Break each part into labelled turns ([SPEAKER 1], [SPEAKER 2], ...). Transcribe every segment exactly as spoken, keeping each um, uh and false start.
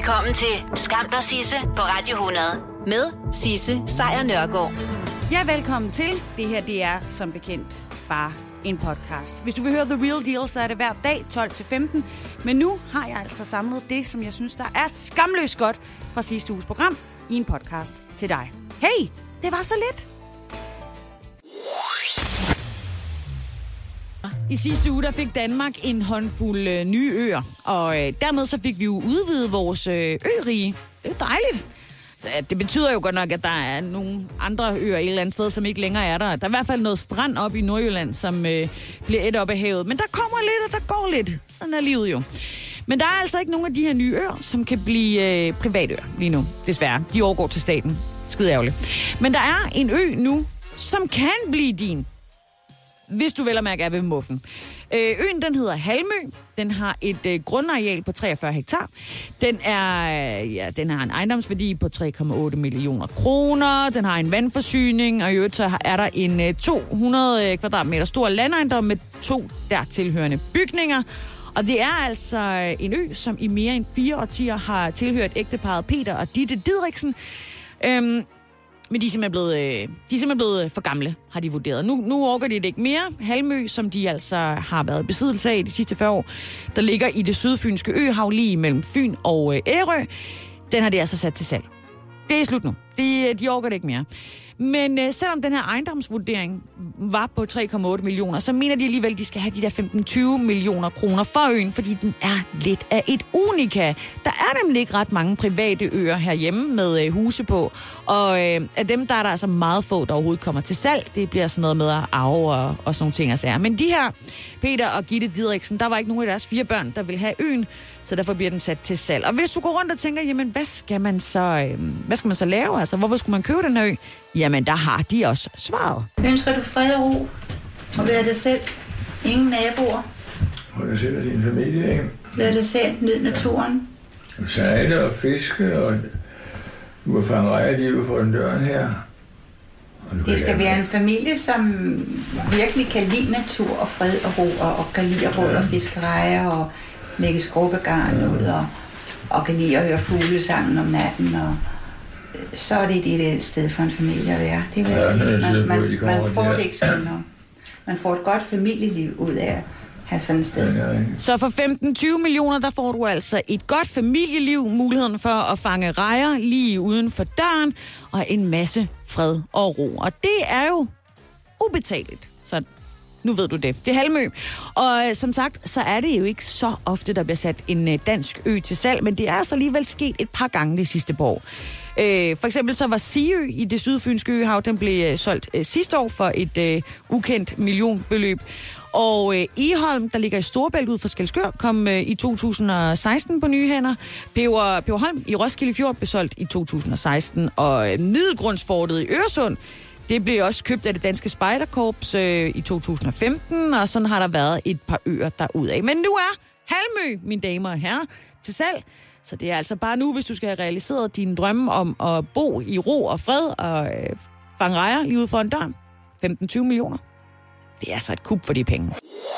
[SPEAKER 1] Velkommen til Skam dig Sisse på Radio hundrede med Sisse Sejr Nørgaard.
[SPEAKER 2] Ja, velkommen til. Det her, det er som bekendt bare en podcast. Hvis du vil høre The Real Deal, så er det hver dag tolv til femten. Men nu har jeg altså samlet det, som jeg synes, der er skamløst godt fra sidste uges program i en podcast til dig. Hey, det var så lidt. I sidste uge der fik Danmark en håndfuld øh, nye øer, og øh, dermed så fik vi jo udvidet vores øh, ørige. Det er jo dejligt. Så, ja, det betyder jo godt nok, at der er nogle andre øer et eller andet sted, som ikke længere er der. Der er i hvert fald noget strand op i Nordjylland, som øh, bliver et op af havet. Men der kommer lidt, og der går lidt. Sådan er livet jo. Men der er altså ikke nogen af de her nye øer, som kan blive øh, privatøer lige nu. Desværre. De overgår til staten. Skide ærgerligt. Men der er en ø nu, som kan blive din. Hvis du vel at mærke er ved muffen. Øh, øen, den hedder Halmø. Den har et øh, grundareal på treogfyrre hektar. Den, er, øh, ja, den har en ejendomsværdi på tre komma otte millioner kroner. Den har en vandforsyning, og i øvrigt så er der en øh, to hundrede kvadratmeter stor landejendom med to dertilhørende bygninger. Og det er altså en ø, som i mere end fire årtier har tilhørt ægteparret Peter og Ditte Didriksen. Øhm, Men de er simpelthen blevet, de er simpelthen blevet for gamle, har de vurderet. Nu, nu orker de det ikke mere. Halmø, som de altså har været i besiddelse af de sidste fyrre år, der ligger i det sydfynske øhav lige mellem Fyn og Ærø, den har de altså sat til salg. Det er slut nu. De, de orker det ikke mere. Men øh, selvom den her ejendomsvurdering var på tre komma otte millioner, så mener de alligevel, at de skal have de der femten til tyve millioner kroner for øen, fordi den er lidt af et unika. Der er nemlig ikke ret mange private øer herhjemme med øh, huse på, og øh, af dem der er der altså meget få, der overhovedet kommer til salg. Det bliver sådan noget med at arve og, og sådan nogle ting og sager. Men de her, Peter og Gitte Didriksen, der var ikke nogen af deres fire børn, der vil have øen, så derfor bliver den sat til salg. Og hvis du går rundt og tænker, jamen hvad skal man så, øh, hvad skal man så lave? Altså, hvorfor skulle man købe den her ø? Jamen, der har de også svaret.
[SPEAKER 3] Ønsker du fred og ro? Og være det selv? Ingen naboer?
[SPEAKER 4] Og du selv og din familie, ikke?
[SPEAKER 3] Være det selv? Nyd naturen?
[SPEAKER 4] Og sejle og fiske, og du kan fange rejerlivet foran døren her.
[SPEAKER 3] Det skal være en familie, som virkelig kan lide natur og fred og ro, og, og kan lide at råde og fiske rejer og lægge skrubbegarn ud, og, og kan lide at høre fuglesang om natten, og så er det et ideelt sted for en familie at være. Det vil jeg sige. Man, man, man får det ikke sådan noget. Man får et godt familieliv ud af at have sådan et sted.
[SPEAKER 2] Så for femten til tyve millioner, der får du altså et godt familieliv, muligheden for at fange rejer lige uden for døren, og en masse fred og ro. Og det er jo ubetaleligt. Så nu ved du det. Det er Halmø. Og øh, som sagt, så er det jo ikke så ofte, der bliver sat en øh, dansk ø til salg, men det er altså alligevel sket et par gange de sidste par år. Øh, for eksempel så var Siø i det sydfynske øhav, den blev øh, solgt øh, sidste år for et øh, ukendt millionbeløb. Og øh, Egholm, der ligger i Storebælt ud for Skælskør, kom øh, i to tusind og seksten på nye hænder. Peber, Peberholm i Roskilde Fjord blev solgt i to tusind og seksten, og øh, Middelgrundsfortet i Øresund, det blev også købt af det danske spejderkorps øh, i to tusind og femten, og sådan har der været et par øer derudaf. Men nu er Halmø, mine damer og herrer, til salg. Så det er altså bare nu, hvis du skal have realiseret dine drømme om at bo i ro og fred og øh, fange rejer lige ude foran døren. femten til tyve millioner. Det er altså et kup for de penge.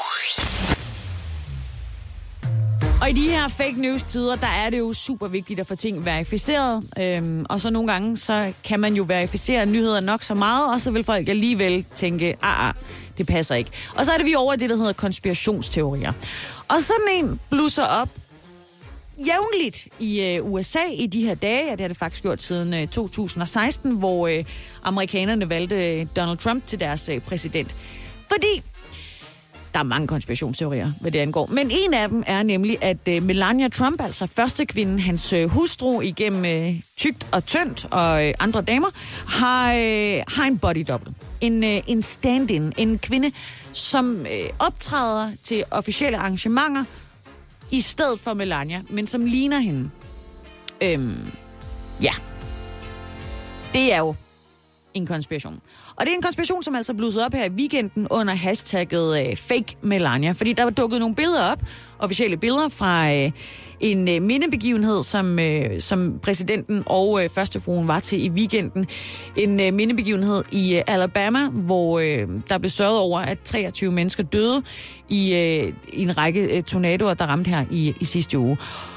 [SPEAKER 2] Og i de her fake news tider, der er det jo super vigtigt at få ting verificeret. Øhm, og så nogle gange, så kan man jo verificere nyheder nok så meget, og så vil folk alligevel tænke, ah, ah, det passer ikke. Og så er det vi over i det, der hedder konspirationsteorier. Og sådan en blusser op jævnligt i øh, U S A i de her dage. Ja, det har det faktisk gjort siden øh, to tusind og seksten, hvor øh, amerikanerne valgte Donald Trump til deres øh, præsident. Fordi der er mange konspirationsteorier, hvad det angår. Men en af dem er nemlig, at øh, Melania Trump, altså første kvinde, hans øh, hustru igennem øh, tykt og tyndt og øh, andre damer, har, øh, har en body double. En, øh, en stand-in. En kvinde, som øh, optræder til officielle arrangementer i stedet for Melania, men som ligner hende. Øhm, ja. Det er jo en konspiration. Og det er en konspiration, som altså blussede op her i weekenden under hashtagget øh, Fake Melania. Fordi der var dukket nogle billeder op, officielle billeder fra øh, en øh, mindebegivenhed, som, øh, som præsidenten og øh, førstefruen var til i weekenden. En øh, mindebegivenhed i øh, Alabama, hvor øh, der blev sørget over, at treogtyve mennesker døde i, øh, i en række øh, tornadoer, der ramte her i, i sidste uge.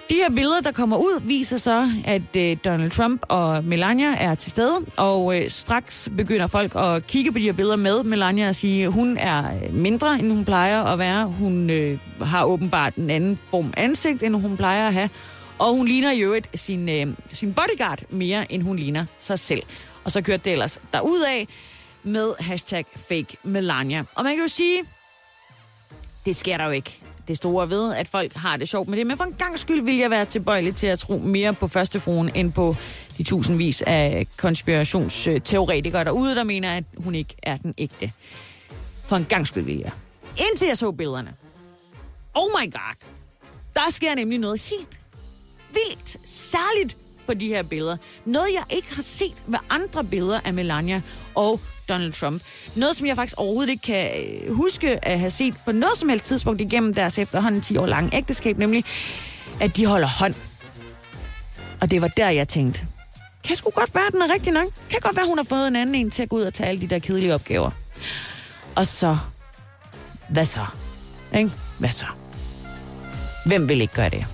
[SPEAKER 2] De her billeder, der kommer ud, viser så, at øh, Donald Trump og Melania er til stede, og øh, straks begynder folk at kigge på de her billeder med Melania og sige, at hun er mindre, end hun plejer at være. Hun øh, har åbenbart en anden form ansigt, end hun plejer at have, og hun ligner jo et sin, øh, sin bodyguard mere, end hun ligner sig selv. Og så kørte det ellers derudad med hashtag fake Melania. Og man kan jo sige, det sker der jo ikke. Det store ved, at folk har det sjovt med det. Men for en gang skyld vil jeg være tilbøjelig til at tro mere på førstefruen, end på de tusindvis af konspirationsteoretikere derude, der mener, at hun ikke er den ægte. For en gang skyld vil jeg. Indtil jeg så billederne. Oh my god. Der sker nemlig noget helt vildt særligt på de her billeder. Noget, jeg ikke har set med andre billeder af Melania og Donald Trump. Noget, som jeg faktisk overhovedet ikke kan huske at have set på noget som helst tidspunkt igennem deres efterhånden ti år lange ægteskab, nemlig at de holder hånd. Og det var der, jeg tænkte, kan sgu godt være, den er rigtig nok. Kan godt være, hun har fået en anden en til at gå ud og tage alle de der kedelige opgaver. Og så, hvad så? Ikke? Hvad så? Hvem vil ikke gøre det?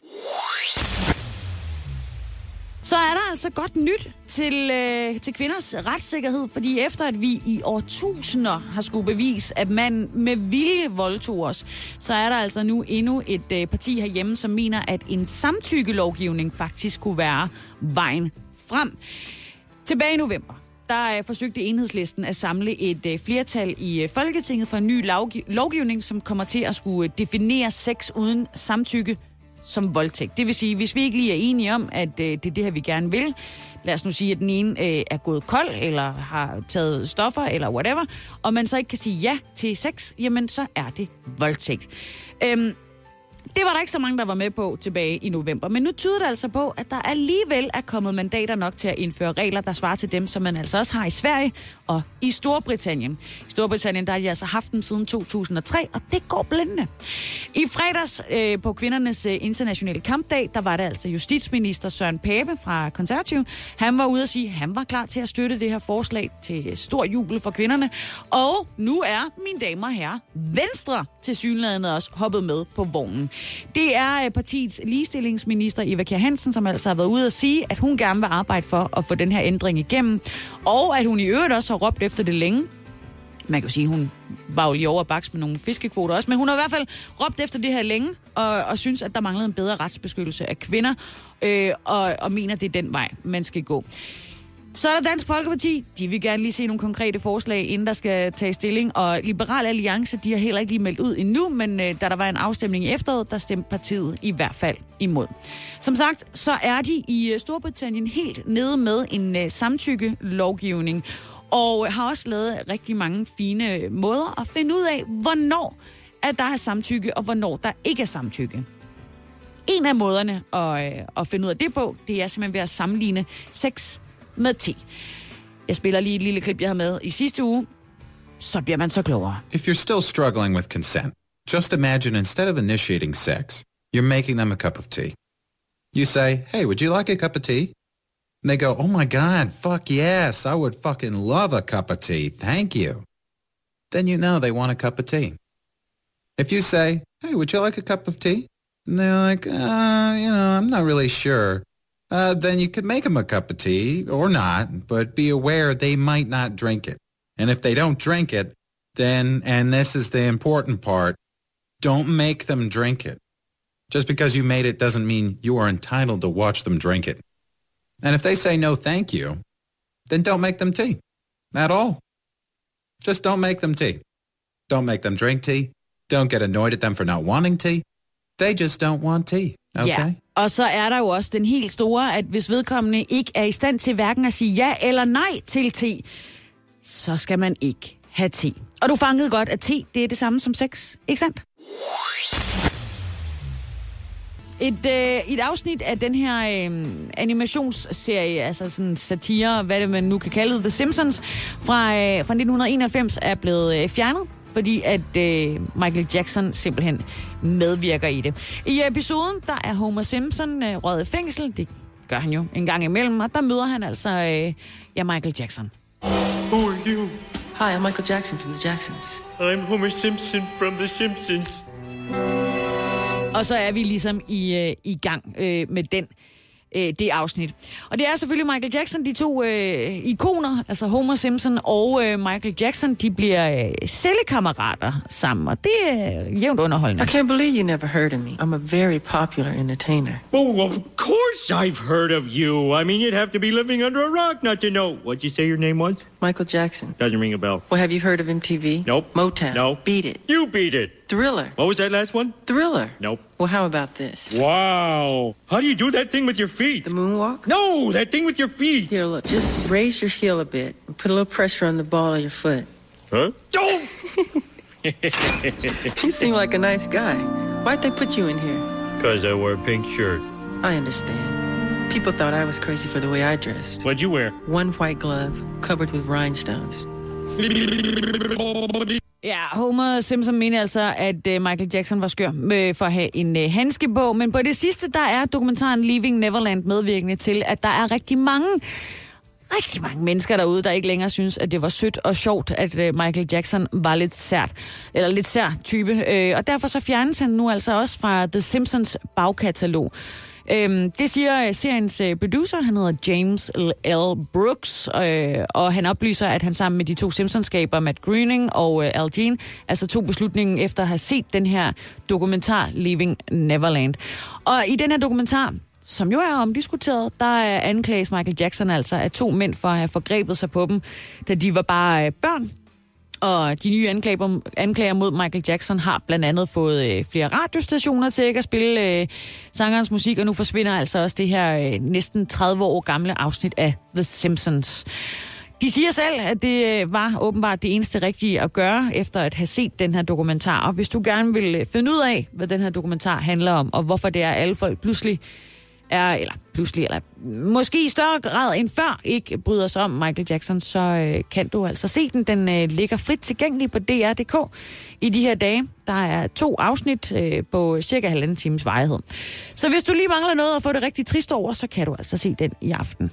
[SPEAKER 2] Så er der altså godt nyt til, øh, til kvinders retssikkerhed, fordi efter at vi i årtusinder har skulle bevise, at man med vilje voldtog os, så er der altså nu endnu et øh, parti herhjemme, som mener, at en samtykkelovgivning faktisk kunne være vejen frem. Tilbage i november, der øh, forsøgte Enhedslisten at samle et øh, flertal i øh, Folketinget for en ny lovgiv- lovgivning, som kommer til at skulle øh, definere sex uden samtykke som voldtægt. Det vil sige, hvis vi ikke lige er enige om, at øh, det er det her, vi gerne vil, lad os nu sige, at den ene øh, er gået kold, eller har taget stoffer, eller whatever, og man så ikke kan sige ja til sex, jamen så er det voldtægt. Øhm, det var der ikke så mange, der var med på tilbage i november, men nu tyder det altså på, at der alligevel er kommet mandater nok til at indføre regler, der svarer til dem, som man altså også har i Sverige og i Storbritannien. I Storbritannien, der har de altså haft den siden to tusind og tre, og det går blændende. I fredags øh, på kvindernes øh, internationale kampdag, der var det altså justitsminister Søren Pape fra Konservativ. Han var ude at sige, at han var klar til at støtte det her forslag til stor jubel for kvinderne. Og nu er, mine damer og herrer, Venstre tilsyneladende også hoppet med på vognen. Det er partiets ligestillingsminister Eva Kjer Hansen, som altså har været ude at sige, at hun gerne vil arbejde for at få den her ændring igennem, og at hun i øvrigt også har råbt efter det længe. Man kan jo sige, at hun var jo lige over baks med nogle fiskekvoter også, men hun har i hvert fald råbt efter det her længe, og, og synes, at der manglede en bedre retsbeskyttelse af kvinder, øh, og, og mener, at det er den vej, man skal gå. Så er der Dansk Folkeparti. De vil gerne lige se nogle konkrete forslag, inden der skal tage stilling. Og Liberal Alliance, de har heller ikke lige meldt ud endnu, men øh, da der var en afstemning i efteråret, der stemte partiet i hvert fald imod. Som sagt, så er de i Storbritannien helt nede med en øh, samtykkelovgivning, og har også lavet rigtig mange fine måder at finde ud af, hvornår at der er samtykke, og hvornår der ikke er samtykke. En af måderne at, øh, at finde ud af det på, det er simpelthen ved at sammenligne sex med te. Jeg spiller lige et lille klip, jeg havde med i sidste uge. Så bliver man så klogere.
[SPEAKER 5] If you're still struggling with consent, just imagine instead of initiating sex, you're making them a cup of tea. You say, hey, would you like a cup of tea? And they go, oh my God, fuck yes, I would fucking love a cup of tea, thank you. Then you know they want a cup of tea. If you say, hey, would you like a cup of tea? And they're like, uh, you know, I'm not really sure. Uh, then you could make them a cup of tea, or not, but be aware they might not drink it. And if they don't drink it, then, and this is the important part, don't make them drink it. Just because you made it doesn't mean you are entitled to watch them drink it. And if they say no thank you, then don't make them tea. At all. Just don't make them tea. Don't make them drink tea. Don't get annoyed at them for not wanting tea. They just don't want tea. Okay?
[SPEAKER 2] Ja, og så er der jo også den helt store, at hvis vedkommende ikke er i stand til hverken at sige ja eller nej til te, så skal man ikke have te. Og du fangede godt, at te, det er det samme som sex, ikke sandt? Et, øh, et afsnit af den her øh, animationsserie, altså sådan satire, hvad det man nu kan kalde The Simpsons, fra, øh, fra nitten enoghalvfems er blevet øh, fjernet, fordi at øh, Michael Jackson simpelthen medvirker i det. I episoden, der er Homer Simpson øh, røget i fængsel, det gør han jo en gang imellem, og der møder han altså øh, ja, Michael Jackson.
[SPEAKER 6] Who are you?
[SPEAKER 7] Hi, I'm Michael Jackson from the Jacksons.
[SPEAKER 6] I'm Homer Simpson from the Simpsons.
[SPEAKER 2] Og så er vi ligesom i, øh, i gang øh, med den. Det afsnit. Og det er selvfølgelig Michael Jackson, de to øh, ikoner, altså Homer Simpson og øh, Michael Jackson, de bliver øh, cellekammerater sammen, og det er jævnt underholdende.
[SPEAKER 6] I can't believe you never heard of me. I'm a very popular entertainer.
[SPEAKER 7] Oh, of course I've heard of you. I mean, you'd have to be living under a rock not to know. What'd you say your name was?
[SPEAKER 6] Michael Jackson.
[SPEAKER 7] Doesn't ring a bell.
[SPEAKER 6] Well, have you heard of M T V?
[SPEAKER 7] Nope.
[SPEAKER 6] Motown?
[SPEAKER 7] No.
[SPEAKER 6] Beat It?
[SPEAKER 7] You beat it.
[SPEAKER 6] Thriller?
[SPEAKER 7] What was that last one?
[SPEAKER 6] Thriller?
[SPEAKER 7] Nope.
[SPEAKER 6] Well, how about this?
[SPEAKER 7] Wow. How do you do that thing with your feet?
[SPEAKER 6] The moonwalk?
[SPEAKER 7] No, that thing with your feet.
[SPEAKER 6] Here, look. Just raise your heel a bit and put a little pressure on the ball of your foot.
[SPEAKER 7] Huh? Oh!
[SPEAKER 6] You seem like a nice guy. Why'd they put you in here?
[SPEAKER 7] Because I wore a pink shirt.
[SPEAKER 6] I understand. People thought I was crazy for the way I dressed.
[SPEAKER 7] What'd you wear?
[SPEAKER 6] One white glove covered with rhinestones.
[SPEAKER 2] Ja, Homer Simpson mener altså, at uh, Michael Jackson var skør med, for at have en uh, handske på. Men på det sidste, der er dokumentaren Leaving Neverland medvirkende til, at der er rigtig mange, rigtig mange mennesker derude, der ikke længere synes, at det var sødt og sjovt, at uh, Michael Jackson var lidt sært, eller lidt sær type. Uh, og derfor så fjernes han nu altså også fra The Simpsons bagkatalog. Øhm, det siger seriens øh, producer, han hedder James L. Brooks, øh, og han oplyser, at han sammen med de to Simpsons-skaber, Matt Groening og øh, Al Jean, altså tog beslutningen efter at have set den her dokumentar, Leaving Neverland. Og i den her dokumentar, som jo er omdiskuteret, der er anklages Michael Jackson altså af to mænd for at have forgrebet sig på dem, da de var bare øh, børn. Og de nye anklager, anklager mod Michael Jackson har blandt andet fået øh, flere radiostationer til ikke at spille øh, sangerens musik, og nu forsvinder altså også det her øh, næsten tredive år gamle afsnit af The Simpsons. De siger selv, at det øh, var åbenbart det eneste rigtige at gøre, efter at have set den her dokumentar. Og hvis du gerne vil finde ud af, hvad den her dokumentar handler om, og hvorfor det er, alle folk pludselig er, eller pludselig, eller måske i større grad end før, ikke bryder sig om Michael Jackson, så øh, kan du altså se den. Den øh, ligger frit tilgængelig på D R punktum d k i de her dage. Der er to afsnit øh, på cirka halvanden times varighed. Så hvis du lige mangler noget at få det rigtig trist over, så kan du altså se den i aften.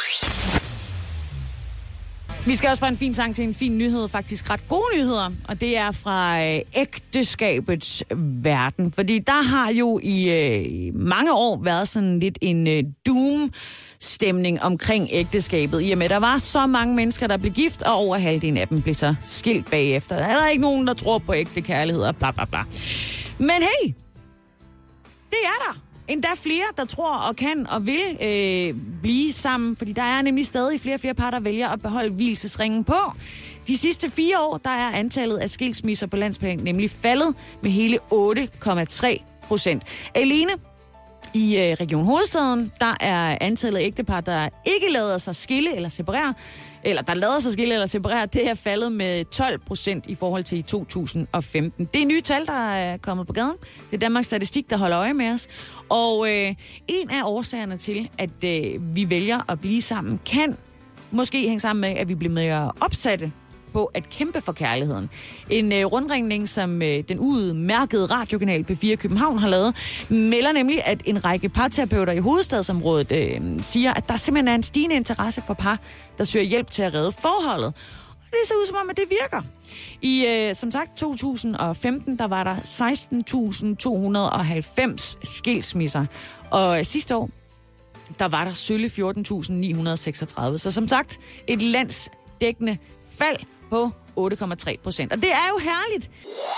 [SPEAKER 2] Vi skal også fra en fin sang til en fin nyhed, faktisk ret gode nyheder, og det er fra øh, ægteskabets verden. Fordi der har jo i øh, mange år været sådan lidt en øh, doom-stemning omkring ægteskabet, i og med, at der var så mange mennesker, der blev gift, og over halvdelen af dem blev så skilt bagefter. Der er der ikke nogen, der tror på ægte kærlighed og bla bla bla. Men hey, det er der. Endda flere, der tror og kan og vil øh, blive sammen, fordi der er nemlig stadig flere og flere par, der vælger at beholde vielsesringen på. De sidste fire år, der er antallet af skilsmisser på landsplan nemlig faldet med hele otte komma tre procent. Alene i øh, Region Hovedstaden, der er antallet af ægtepar, der ikke lader sig skille eller separere, eller der lader sig skille eller separere, det er faldet med tolv procent i forhold til i to tusind og femten. Det er nye tal, der er kommet på gaden. Det er Danmarks Statistik, der holder øje med os. Og øh, en af årsagerne til, at øh, vi vælger at blive sammen, kan måske hænge sammen med, at vi bliver mere opsatte på at kæmpe for kærligheden. En øh, rundringning, som øh, den udmærkede radiokanal P fire København har lavet, melder nemlig, at en række parterapeuter i hovedstadsområdet øh, siger, at der simpelthen er en stigende interesse for par, der søger hjælp til at redde forholdet. Og det ser ud som om, at det virker. I, øh, som sagt, to tusind og femten, der var der seksten tusind to hundrede og halvfems skilsmisser. Og sidste år, der var der sølle fjorten tusind ni hundrede og seksogtredive. Så som sagt, et landsdækkende fald på otte komma tre procent. Og det er jo herligt.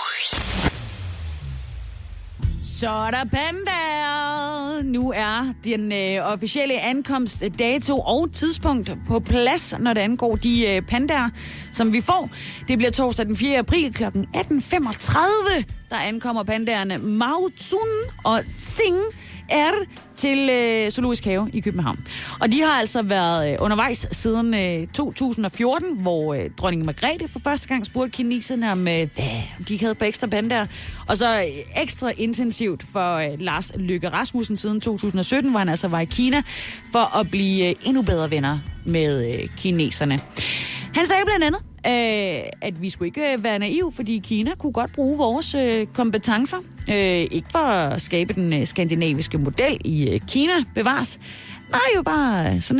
[SPEAKER 2] Så er der pandaer. Nu er den øh, officielle ankomstdato og tidspunkt på plads, når det angår de øh, pandaer, som vi får. Det bliver torsdag den fjerde april kl. atten femogtredive. Der ankommer pandaerne Mao Zun og Xing er til øh, Zoologisk Have i København. Og de har altså været øh, undervejs siden øh, to tusind og fjorten, hvor øh, dronning Margrethe for første gang spurgte kineserne om, øh, hvad om de ikke havde på ekstra pandaer. Og så øh, ekstra intensivt for øh, Lars Løkke Rasmussen siden to tusind og sytten, hvor han altså var i Kina for at blive øh, endnu bedre venner med øh, kineserne. Han sagde blandt andet, øh, at vi skulle ikke være naive, fordi Kina kunne godt bruge vores øh, kompetencer. Øh, ikke for at skabe den øh, skandinaviske model i øh, Kina bevares. Nej, jo bare sådan her.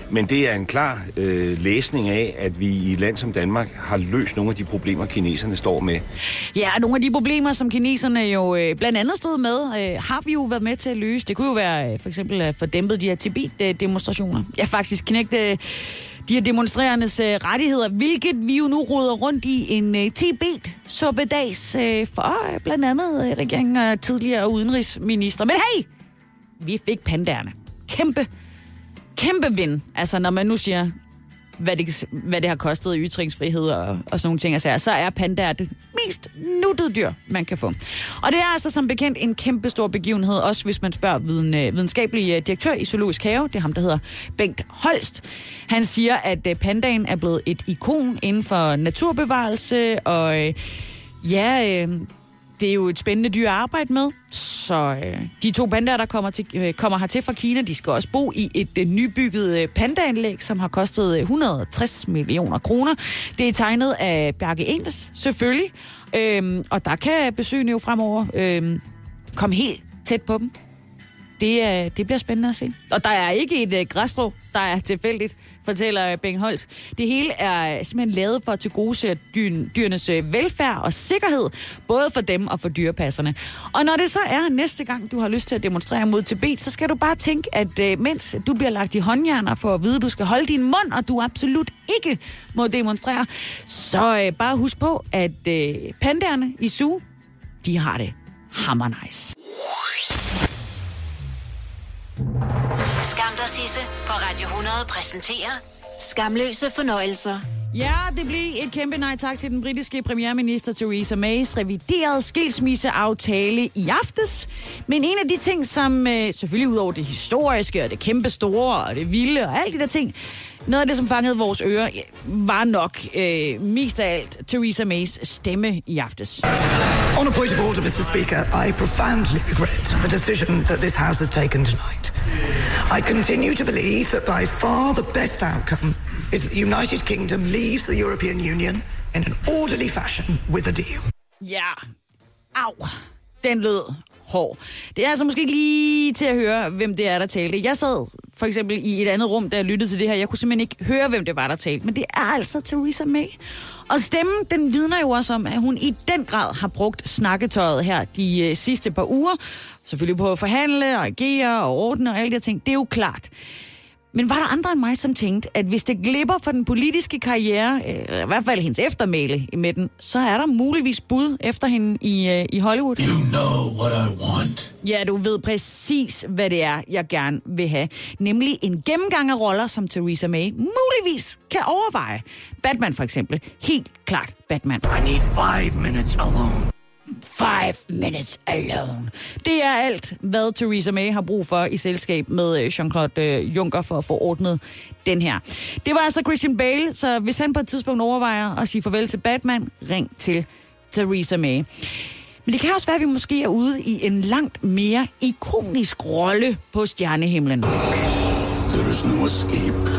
[SPEAKER 8] Men det er en klar øh, læsning af, at vi i et land som Danmark har løst nogle af de problemer, kineserne står med.
[SPEAKER 2] Ja, nogle af de problemer, som kineserne jo øh, blandt andet stod med, øh, har vi jo været med til at løse. Det kunne jo være øh, for eksempel at få dæmpet de her Tibet-demonstrationer. Ja, faktisk knægte øh, de her demonstrerendes øh, rettigheder, hvilket vi jo nu roder rundt i en øh, Tibet-suppedags øh, for øh, blandt andet øh, regeringen og tidligere udenrigsminister. Men hey, vi fik panderne. Kæmpe, kæmpe vind. Altså, når man nu siger, hvad det, hvad det har kostet i ytringsfrihed og, og sådan nogle ting, altså, så er pandaer det mest nuttede dyr, man kan få. Og det er altså som bekendt en kæmpe stor begivenhed, også hvis man spørger viden, videnskabelig direktør i Zoologisk Have, det er ham, der hedder Bengt Holst. Han siger, at pandaen er blevet et ikon inden for naturbevarelse, og ja, det er jo et spændende dyr at arbejde med, så øh, de to pandaer, der kommer, til, øh, kommer hertil fra Kina, de skal også bo i et øh, nybygget øh, pandaanlæg, som har kostet et hundrede og tres millioner kroner. Det er tegnet af Bjarke Ingels, selvfølgelig, øh, og der kan besøgende jo fremover øh, komme helt tæt på dem. Det, øh, det bliver spændende at se. Og der er ikke et øh, græsstrå, der er tilfældigt, fortæller Bengt Holst. Det hele er simpelthen lavet for at tilgodese dyr, dyrenes velfærd og sikkerhed, både for dem og for dyrepasserne. Og når det så er næste gang, du har lyst til at demonstrere mod Tibet, så skal du bare tænke, at øh, mens du bliver lagt i håndjerner for at vide, at du skal holde din mund, og du absolut ikke må demonstrere, så øh, bare husk på, at øh, pandaerne i zoo, de har det hammer nice.
[SPEAKER 1] Skam dig, Sisse på Radio hundrede præsenterer Skamløse fornøjelser.
[SPEAKER 2] Ja, det blev et kæmpe nej tak til den britiske premierminister Theresa Mays reviderede skilsmisseaftale i aftes. Men en af de ting, som øh, selvfølgelig ud over det historiske og det kæmpe store og det vilde og alt de der ting, noget af det, som fangede vores ører, var nok øh, mest af alt Theresa Mays stemme i aftes.
[SPEAKER 9] On a point of order, mister Speaker, I profoundly regret the decision that this House has taken tonight. I continue to believe that by far the best outcome is that the United Kingdom leaves the European Union in an orderly fashion with a deal.
[SPEAKER 2] Ja, au, den lød hård. Det er altså måske ikke lige til at høre, hvem det er, der talte. Jeg sad for eksempel i et andet rum, da jeg lyttede til det her. Jeg kunne simpelthen ikke høre, hvem det var, der talte. Men det er altså Theresa May. Og stemmen, den vidner jo også om, at hun i den grad har brugt snakketøjet her de øh, sidste par uger. Selvfølgelig på at forhandle og agere og ordne og alle de her ting. Det er jo klart. Men var der andre end mig, som tænkte, at hvis det glipper for den politiske karriere, eller i hvert fald hendes eftermæle i midten, så er der muligvis bud efter hende i, øh, i Hollywood?
[SPEAKER 10] You know what I want.
[SPEAKER 2] Ja, du ved præcis, hvad det er, jeg gerne vil have. Nemlig en gennemgang af roller, som Theresa May muligvis kan overveje. Batman for eksempel. Helt klart Batman.
[SPEAKER 10] I need five minutes alone.
[SPEAKER 2] Five minutes alone. Det er alt, hvad Theresa May har brug for i selskab med Jean-Claude Juncker for at få ordnet den her. Det var altså Christian Bale, så hvis han på et tidspunkt overvejer at sige farvel til Batman, ring til Theresa May. Men det kan også være, at vi måske er ude i en langt mere ikonisk rolle på stjernehimlen.
[SPEAKER 10] There is no escape.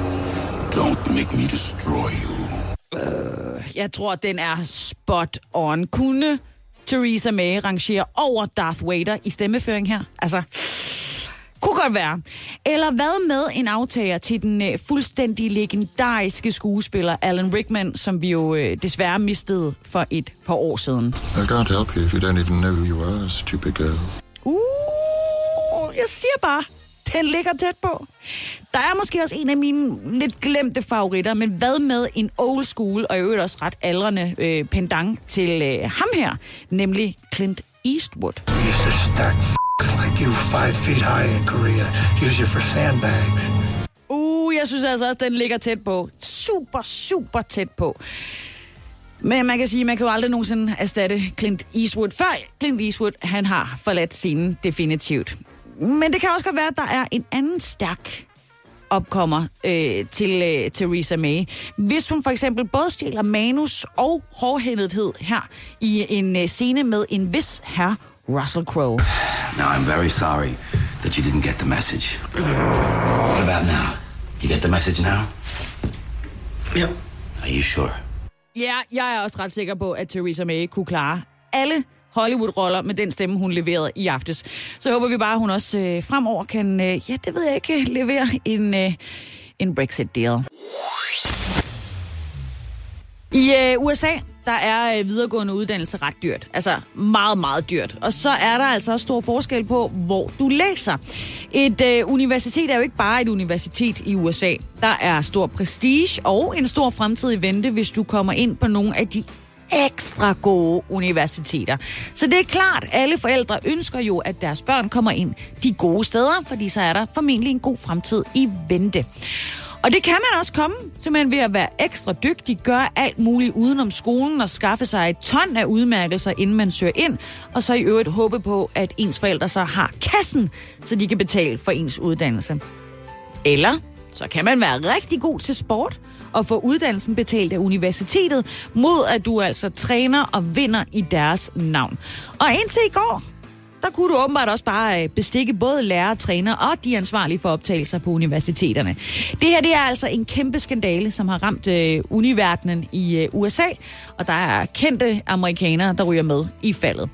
[SPEAKER 10] Don't make me destroy you.
[SPEAKER 2] Øh, jeg tror, den er spot on. Kunne Theresa May rangerer over Darth Vader i stemmeføring her? Altså, kunne godt være. Eller hvad med en aftager til den uh, fuldstændig legendariske skuespiller Alan Rickman, som vi jo uh, desværre mistede for et par år siden.
[SPEAKER 11] I can't help you if you don't even know who you are, stupid girl.
[SPEAKER 2] Uh, jeg siger bare, den ligger tæt på. Der er måske også en af mine lidt glemte favoritter, men hvad med en old school og i øvrigt også ret aldrende øh, pendant til øh, ham her, nemlig Clint Eastwood.
[SPEAKER 12] We used to stack f***s like you five feet high in Korea. Use you for sandbags.
[SPEAKER 2] Uh, jeg synes altså også, den ligger tæt på. Super, super tæt på. Men man kan sige, at man kan jo aldrig nogensinde erstatte Clint Eastwood, før Clint Eastwood, han har forladt scenen definitivt. Men det kan også godt være, at der er en anden stærk opkommer øh, til øh, Theresa May. Hvis hun for eksempel både stjæler manus og hårdhændethed her i en øh, scene med en vis herr Russell Crowe.
[SPEAKER 13] Now I'm very sorry that you didn't get the message. What about now? You get the message now?
[SPEAKER 9] Yep.
[SPEAKER 13] Are you sure?
[SPEAKER 2] Ja, jeg er også ret sikker på, at Theresa May kunne klare alle Hollywood-roller med den stemme, hun leverede i aftes. Så håber vi bare, at hun også øh, fremover kan, øh, ja, det ved jeg ikke, levere en, øh, en Brexit-deal. I øh, U S A, der er øh, videregående uddannelse ret dyrt. Altså meget, meget dyrt. Og så er der altså også stor forskel på, hvor du læser. Et øh, universitet er jo ikke bare et universitet i U S A. Der er stor prestige og en stor fremtid i vente, hvis du kommer ind på nogle af de ekstra gode universiteter. Så det er klart, at alle forældre ønsker jo, at deres børn kommer ind de gode steder, fordi så er der formentlig en god fremtid i vente. Og det kan man også komme, simpelthen ved at være ekstra dygtig, gøre alt muligt udenom skolen og skaffe sig et ton af udmærkelser, inden man søger ind, og så i øvrigt håbe på, at ens forældre så har kassen, så de kan betale for ens uddannelse. Eller så kan man være rigtig god til sport og få uddannelsen betalt af universitetet, mod at du altså træner og vinder i deres navn. Og indtil i går, der kunne du åbenbart også bare bestikke både lærere, træner og de ansvarlige for optagelser på universiteterne. Det her, det er altså en kæmpe skandale, som har ramt øh, univerdenen i øh, U S A, og der er kendte amerikanere, der ryger med i faldet.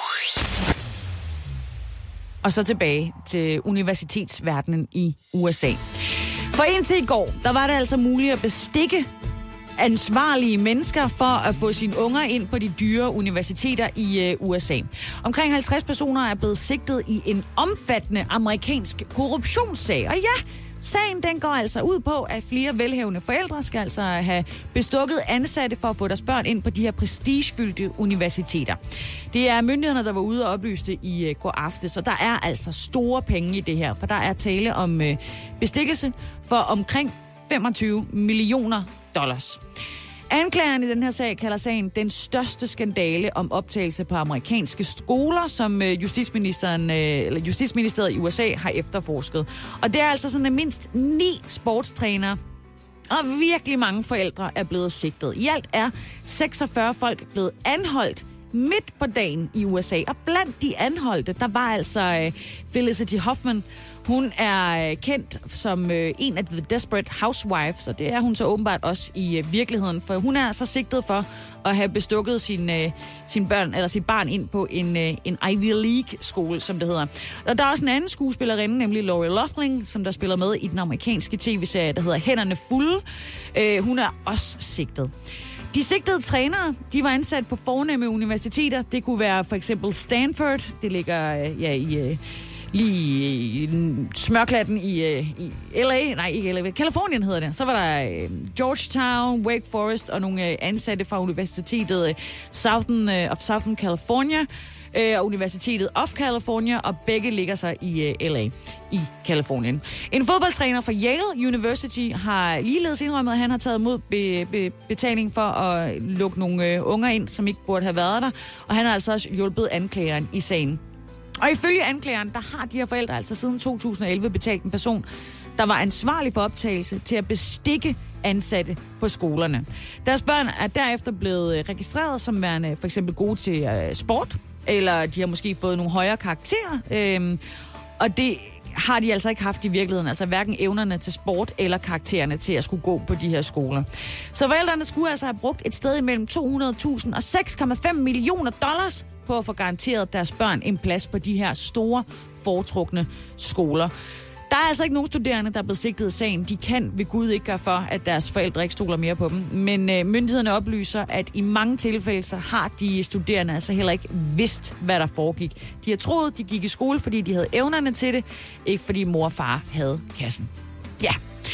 [SPEAKER 2] Og så tilbage til universitetsverdenen i U S A. For indtil i går, der var det altså muligt at bestikke ansvarlige mennesker for at få sine unger ind på de dyre universiteter i uh, U S A. Omkring halvtreds personer er blevet sigtet i en omfattende amerikansk korruptionssag. Og ja, sagen den går altså ud på, at flere velhavende forældre skal altså have bestukket ansatte for at få deres børn ind på de her prestigefyldte universiteter. Det er myndighederne, der var ude og oplyste i uh, går aftes, så der er altså store penge i det her, for der er tale om uh, bestikkelse for omkring femogtyve millioner dollars. Anklageren i den her sag kalder sagen den største skandale om optagelse på amerikanske skoler, som justitsministeren, eller Justitsministeriet i U S A har efterforsket. Og det er altså sådan, at mindst ni sportstrænere og virkelig mange forældre er blevet sigtet. I alt er seksogfyrre folk blevet anholdt midt på dagen i U S A. Og blandt de anholdte, der var altså uh, Felicity Huffman. Hun er kendt som uh, en af The Desperate Housewives, og det er hun så åbenbart også i uh, virkeligheden, for hun er så sigtet for at have bestukket sin, uh, sin børn eller sit barn ind på en, uh, en Ivy League-skole, som det hedder. Og der er også en anden skuespillerinde, nemlig Lori Loughlin, som der spiller med i den amerikanske tv-serie, der hedder Hænderne Fulde. Uh, hun er også sigtet. De sigtede trænere, de var ansat på fornemme universiteter. Det kunne være for eksempel Stanford. Det ligger ja, i, lige i smørklatten i, i L A. Nej, ikke L A. Californien hedder det. Så var der Georgetown, Wake Forest og nogle ansatte fra universitetet Southern, of Southern California og Universitetet of California, og begge ligger sig i L A i Californien. En fodboldtræner fra Yale University har ligeledes indrømmet, at han har taget imod be- be- betaling for at lukke nogle øh, unger ind, som ikke burde have været der, og han har altså også hjulpet anklageren i sagen. Og ifølge anklageren, der har de her forældre altså siden to tusind og elleve betalt en person, der var ansvarlig for optagelse, til at bestikke ansatte på skolerne. Deres børn er derefter blevet registreret som værende for eksempel gode til øh, sport, eller de har måske fået nogle højere karakterer, øhm, og det har de altså ikke haft i virkeligheden, altså hverken evnerne til sport eller karaktererne til at skulle gå på de her skoler. Så forældrene skulle altså have brugt et sted imellem to hundrede tusind og seks komma fem millioner dollars på at få garanteret deres børn en plads på de her store, foretrukne skoler. Der er altså ikke nogen studerende, der er blevet sigtet i sagen. De kan ved Gud ikke gøre for, at deres forældre ikke stoler mere på dem. Men øh, myndighederne oplyser, at i mange tilfælde så har de studerende altså heller ikke vidst, hvad der foregik. De har troet, de gik i skole, fordi de havde evnerne til det, ikke fordi mor og far havde kassen. Ja.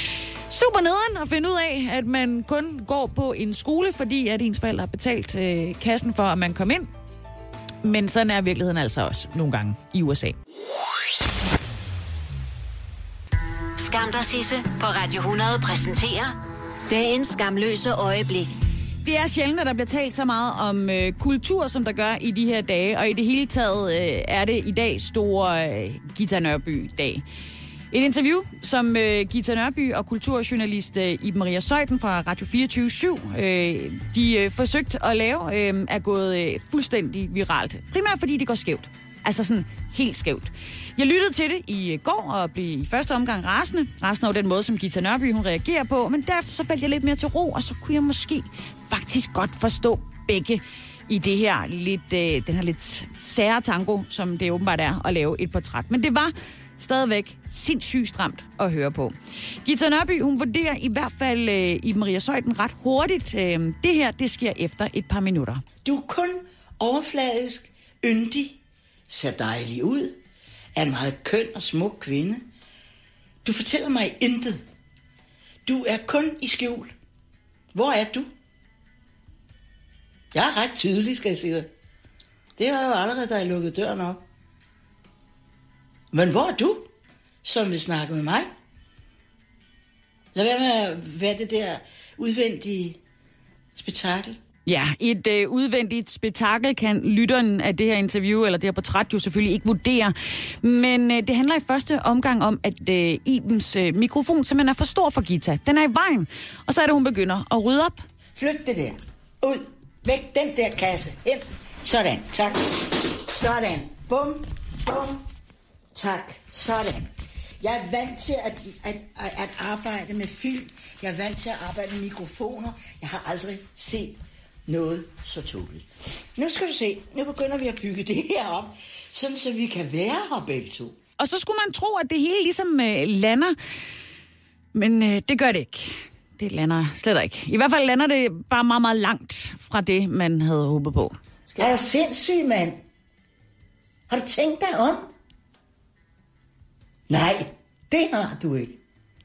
[SPEAKER 2] Super nederen at finde ud af, at man kun går på en skole, fordi at ens forældre har betalt øh, kassen for, at man kom ind. Men sådan er virkeligheden altså også nogle gange i U S A.
[SPEAKER 1] Skam dig, Sisse på Radio hundrede præsenterer dagens skamløse øjeblik.
[SPEAKER 2] Det er sjældent, at der bliver talt så meget om øh, kultur, som der gør i de her dage. Og i det hele taget øh, er det i dag store øh, Ghita Nørby-dag. Et interview, som øh, Ghita Nørby og kulturjournalist øh, Iben Maria Zeuthen fra Radio fireogtyve syv, øh, de øh, forsøgte at lave, øh, er gået øh, fuldstændig viralt. Primært fordi det går skævt. Altså sådan helt skævt. Jeg lyttede til det i går og blev i første omgang rasende. Rasende over den måde, som Ghita Nørby hun reagerer på. Men derefter så faldt jeg lidt mere til ro, og så kunne jeg måske faktisk godt forstå begge i det her lidt, øh, den her lidt sære tango, som det åbenbart er at lave et portræt. Men det var stadigvæk sindssygt stramt at høre på. Githa Nørby, hun vurderer i hvert fald øh, i Maria Zeuthen ret hurtigt. Øh, det her, det sker efter et par minutter.
[SPEAKER 14] Du er kun overfladisk, yndig, ser dejlig ud, er en meget køn og smuk kvinde. Du fortæller mig intet. Du er kun i skjul. Hvor er du? Jeg er ret tydelig, skal jeg sige det. Det var jo allerede, da jeg lukkede døren op. Men hvor er du, som vil snakke med mig? Lad være med at være det der udvendige spektakel.
[SPEAKER 2] Ja, et øh, udvendigt spektakel kan lytteren af det her interview, eller det her portræt jo selvfølgelig ikke vurdere. Men øh, det handler i første omgang om, at øh, Ibens øh, mikrofon simpelthen er for stor for Githa. Den er i vejen, og så er det, hun begynder at rydde op.
[SPEAKER 14] Flyt det der. Ud. Væk den der kasse. Hen. Sådan. Tak. Sådan. Bum. Bum. Tak. Sådan. Jeg er vant til at, at, at, at arbejde med film. Jeg er vant til at arbejde med mikrofoner. Jeg har aldrig set noget så tåbeligt. Nu skal du se. Nu begynder vi at bygge det her op, sådan så vi kan være her begge to.
[SPEAKER 2] Og så skulle man tro, at det hele ligesom øh, lander. Men øh, det gør det ikke. Det lander slet ikke. I hvert fald lander det bare meget, meget langt fra det, man havde håbet på.
[SPEAKER 14] Er jeg sindssyg, mand? Har du tænkt dig om? Nej, det har du ikke.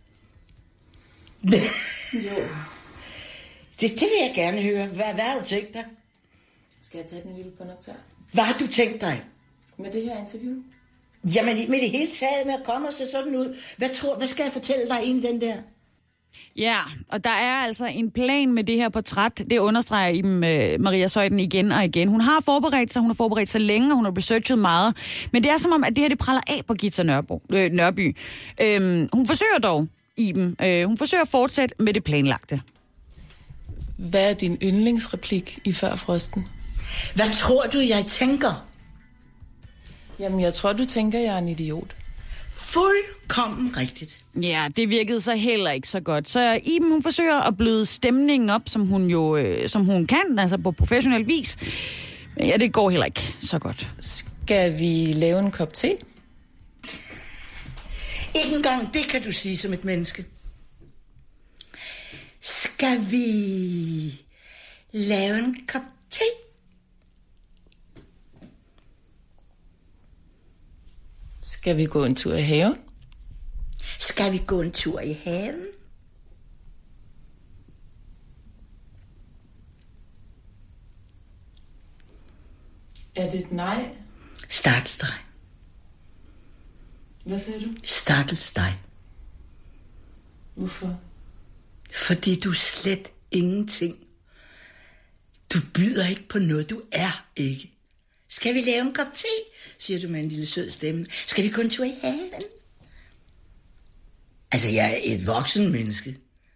[SPEAKER 14] Jo. Det, det vil jeg gerne høre. Hvad, hvad har du tænkt dig?
[SPEAKER 15] Skal jeg tage den lille båndoptager?
[SPEAKER 14] Hvad har du tænkt dig?
[SPEAKER 15] Med det her interview?
[SPEAKER 14] Jamen, med det hele taget med at komme og se sådan ud. Hvad, tror, hvad skal jeg fortælle dig inden den der?
[SPEAKER 2] Ja, og der er altså en plan med det her portræt. Det understreger i dem, uh, Maria Zeuthen igen og igen. Hun har forberedt sig, hun har forberedt sig længe, og hun har researchet meget. Men det er som om, at det her det praller af på Githa øh, Nørby. Øhm, hun forsøger dog, Iben, øh, hun forsøger at fortsætte med det planlagte.
[SPEAKER 15] Hvad er din yndlingsreplik i Førfrosten?
[SPEAKER 14] Hvad tror du, jeg tænker?
[SPEAKER 15] Jamen, jeg tror, du tænker, jeg er en idiot.
[SPEAKER 14] Fuldkommen rigtigt.
[SPEAKER 2] Ja, det virkede så heller ikke så godt. Så Iben, hun forsøger at bløde stemningen op, som hun jo øh, som hun kan, altså på professionel vis. Men ja, det går heller ikke så godt.
[SPEAKER 15] Skal vi lave en kop te?
[SPEAKER 14] Ikke engang det kan du sige som et menneske. Skal vi lave en kop te?
[SPEAKER 15] Skal vi gå en tur i haven?
[SPEAKER 14] Skal vi gå en tur i haven?
[SPEAKER 15] Er det et nej?
[SPEAKER 14] Stakkels dig.
[SPEAKER 15] Hvad sagde du?
[SPEAKER 14] Stakkels dig.
[SPEAKER 15] Hvorfor?
[SPEAKER 14] Fordi du er slet ingenting. Du byder ikke på noget, du er ikke. Skal vi lave en kop te, siger du med en lille sød stemme. Skal vi gå en tur i haven? Altså, jeg er et voksen menneske.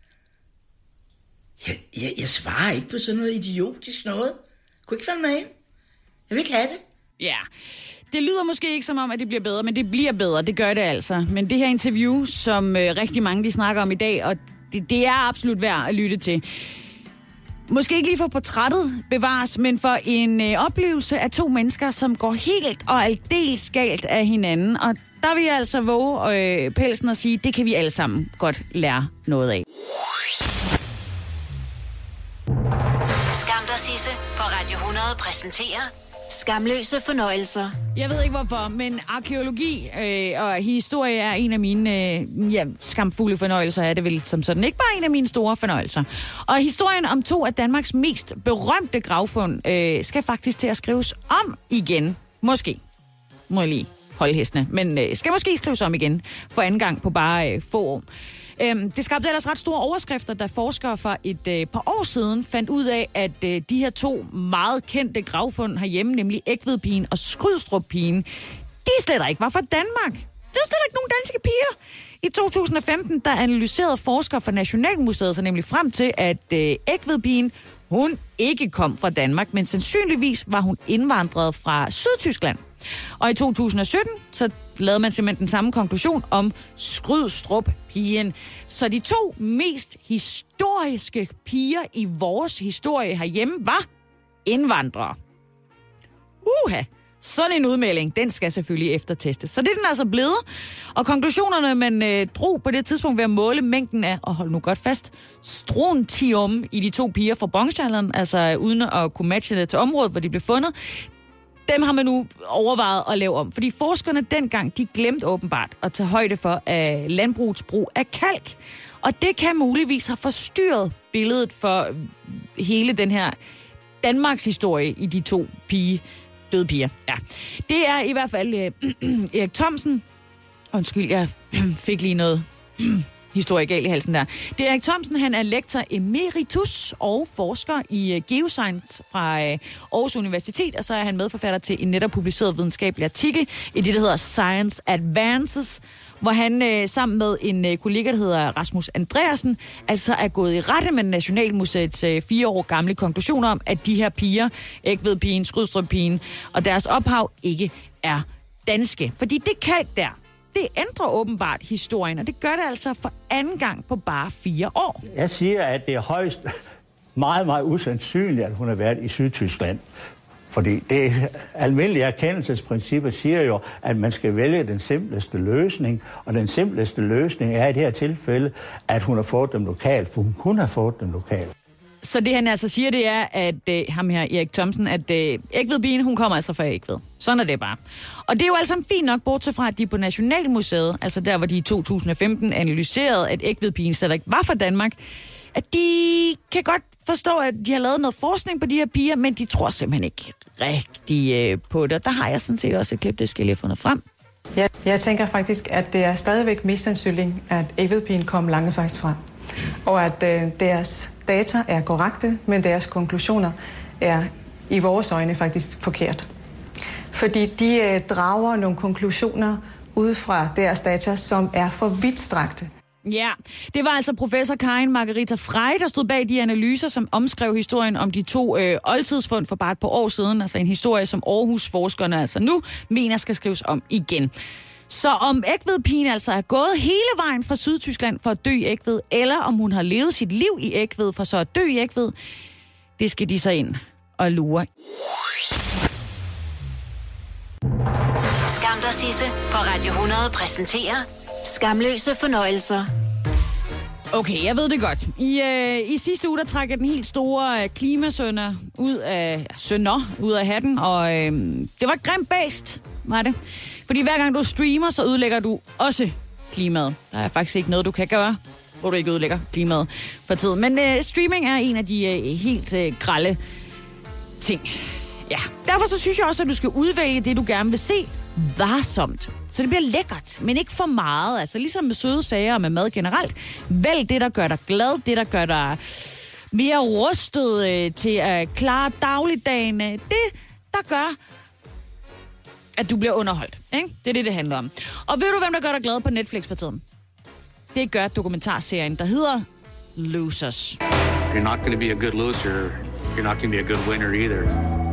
[SPEAKER 14] Jeg, jeg, jeg svarer ikke på sådan noget idiotisk noget. Kunne ikke falde mig ind. Jeg vil ikke have det.
[SPEAKER 2] Ja, det lyder måske ikke som om, at det bliver bedre, men det bliver bedre, det gør det altså. Men det her interview, som øh, rigtig mange de snakker om i dag, og det, det er absolut værd at lytte til. Måske ikke lige for portrættet bevares, men for en øh, oplevelse af to mennesker, som går helt og aldeles galt af hinanden. Og der vil jeg altså våge øh, pelsen og sige, det kan vi alle sammen godt lære noget af.
[SPEAKER 1] Skam dig, Sisse på Radio hundrede præsenterer Skamløse fornøjelser.
[SPEAKER 2] Jeg ved ikke hvorfor, men arkæologi øh, og historie er en af mine øh, ja, skamfulde fornøjelser, er det vel som sådan. Ikke bare en af mine store fornøjelser. Og historien om to af Danmarks mest berømte gravfund øh, skal faktisk til at skrives om igen. Måske. Må jeg lige holde hestene. Men øh, skal måske skrives om igen for anden gang på bare øh, få år. Øhm, det skabte ellers ret store overskrifter, da forskere for et øh, par år siden fandt ud af, at øh, de her to meget kendte gravfund herhjemme, nemlig Egtvedpigen og Skrydstrup-pigen, de slet ikke var fra Danmark. Det er slet ikke nogen danske piger. I to tusind og femten, der analyserede forskere fra Nationalmuseet sig nemlig frem til, at øh, Egtvedpigen, hun ikke kom fra Danmark, men sandsynligvis var hun indvandret fra Sydtyskland. Og i to tusind og sytten, så lavede man simpelthen den samme konklusion om Skrydstrup-pigen. Så de to mest historiske piger i vores historie herhjemme var indvandrere. Uha! Sådan en udmelding, den skal selvfølgelig eftertestes. Så det er den altså blevet. Og konklusionerne, man øh, drog på det tidspunkt ved at måle mængden af, og hold nu godt fast, strontium i de to piger fra bronzealderen, altså uden at kunne matche det til området, hvor de blev fundet, dem har man nu overvejet at lave om. Fordi forskerne dengang, de glemte åbenbart at tage højde for uh, landbrugets brug af kalk. Og det kan muligvis have forstyrret billedet for hele den her Danmarks historie i de to pige, døde piger. Ja. Det er i hvert fald uh, Erik Thomsen. Undskyld, jeg fik lige noget historie galt i halsen der. Det er Erik Thomsen, han er lektor emeritus og forsker i uh, geoscience fra uh, Aarhus Universitet, og så er han medforfatter til en netop publiceret videnskabelig artikel i det, der hedder Science Advances, hvor han uh, sammen med en uh, kollega, der hedder Rasmus Andreasen, altså er gået i rette med Nationalmuseets uh, fire år gamle konklusioner om, at de her piger, Egtvedpigen, Skrydstruppigen og deres ophav ikke er danske. Fordi det kalk der, det ændrer åbenbart historien, og det gør det altså for anden gang på bare fire år.
[SPEAKER 16] Jeg siger, at det er højst meget, meget usandsynligt, at hun har været i Sydtyskland. Fordi det almindelige erkendelsesprincipper siger jo, at man skal vælge den simpleste løsning, og den simpleste løsning er i det her tilfælde, at hun har fået dem lokalt, for hun kunne have fået dem lokalt.
[SPEAKER 2] Så det han altså siger, det er, at øh, ham her, Erik Thomsen, at øh, Egtvedpigen, hun kommer altså fra Egtved. Sådan er det bare. Og det er jo altså fint nok, bortset fra, at de på Nationalmuseet, altså der, hvor de i to tusind og femten analyserede, at Egtvedpigen slet ikke var fra Danmark, at de kan godt forstå, at de har lavet noget forskning på de her piger, men de tror simpelthen ikke rigtig øh, på det. Der har jeg sådan set også et klip, det skal jeg lige have fundet frem.
[SPEAKER 17] Jeg, jeg tænker faktisk, at det er stadigvæk mest sandsynligt, at Egtvedpigen kom langvejs fra. Og at øh, deres data er korrekte, men deres konklusioner er i vores øjne faktisk forkert. Fordi de øh, drager nogle konklusioner ud fra deres data, som er for vidtstrakte.
[SPEAKER 2] Ja, det var altså professor Karin Margarita Frey, der stod bag de analyser, som omskrev historien om de to øh, oldtidsfund for bare et par år siden. Altså en historie, som Aarhus-forskerne altså nu mener skal skrives om igen. Så om Egtvedpigen altså er gået hele vejen fra Sydtyskland for at dø i Egtved, eller om hun har levet sit liv i Egtved for så at dø i Egtved, det skal de så ind og lure.
[SPEAKER 1] Skam dig, Sisse på Radio hundrede præsenterer Skamløse fornøjelser.
[SPEAKER 2] Okay, jeg ved det godt. I, øh, i sidste uge, der trækker den helt store øh, klimasønder ud af, sønder ud af hatten, og øh, det var et grimt bæst, var det. Fordi hver gang du streamer, så ødelægger du også klimaet. Der er faktisk ikke noget, du kan gøre, hvor du ikke ødelægger klimaet for tiden. Men øh, streaming er en af de øh, helt øh, grelle ting. Ja, derfor så synes jeg også, at du skal udvælge det, du gerne vil se varsomt. Så det bliver lækkert, men ikke for meget. Altså ligesom med søde sager og med mad generelt. Vælg det, der gør dig glad, det, der gør dig mere rustet øh, til at klare dagligdagen. Det, der gør, at du bliver underholdt. Ikke? Det er det, det handler om. Og ved du, hvem der gør dig glad på Netflix for tiden? Det gør dokumentarserien, der hedder Losers.
[SPEAKER 18] You're not going to be a good loser. You're not going to be a good winner either.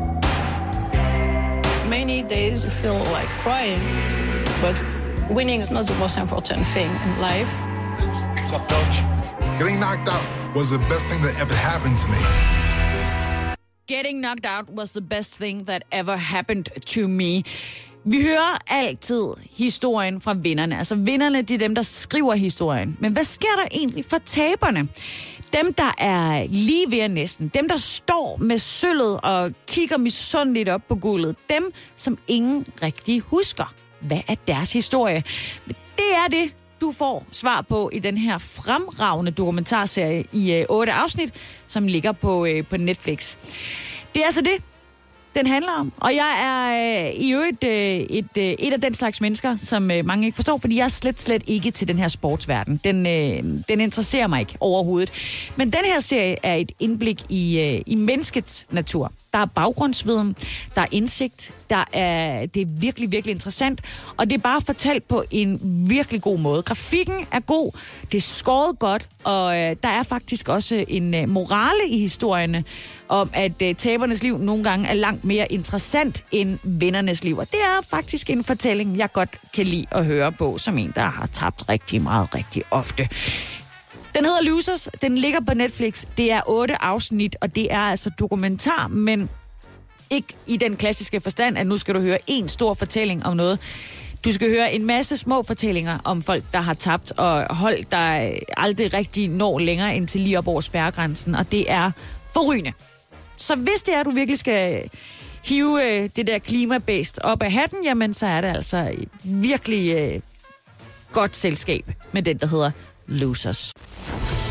[SPEAKER 15] Many days you feel like crying, but winning is not the most important thing in life.
[SPEAKER 19] What's up, coach? Getting knocked out was the best thing that ever happened to me.
[SPEAKER 2] Getting knocked out was the best thing that ever happened to me. Vi hører altid historien fra vinderne. Altså vinderne, det er dem, der skriver historien. Men hvad sker der egentlig for taberne? Dem, der er lige ved næsten. Dem, der står med sølvet og kigger misundeligt op på guldet. Dem, som ingen rigtig husker. Hvad er deres historie? Men det er det, du får svar på i den her fremragende dokumentarserie i øh, otte afsnit, som ligger på, øh, på Netflix. Det er altså det, den handler om. Og jeg er øh, i øvrigt øh, et, øh, et af den slags mennesker, som øh, mange ikke forstår, fordi jeg er slet, slet ikke til den her sportsverden. Den, øh, den interesserer mig ikke overhovedet. Men den her serie er et indblik i, øh, i menneskets natur. Der er baggrundsviden, der er indsigt, der er, det er virkelig, virkelig interessant, og det er bare fortalt på en virkelig god måde. Grafikken er god, det er skåret godt, og øh, der er faktisk også en øh, morale i historierne om, at øh, tabernes liv nogle gange er langt mere interessant end vindernes liv. Og det er faktisk en fortælling, jeg godt kan lide at høre på, som en, der har tabt rigtig meget, rigtig ofte. Den hedder Losers, den ligger på Netflix, det er otte afsnit, og det er altså dokumentar, men Ikke i den klassiske forstand, at nu skal du høre en stor fortælling om noget. Du skal høre en masse små fortællinger om folk, der har tabt, og hold, der aldrig rigtig når længere end til lige op over spærregrænsen, og det er forrygende. Så hvis det er, at du virkelig skal hive øh, det der klimabæst op af hatten, jamen så er det altså virkelig øh, godt selskab med den, der hedder Losers.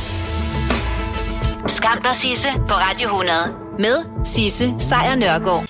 [SPEAKER 1] Skam dig, Sisse, på Radio hundrede. Med Sisse Sejr Nørgaard.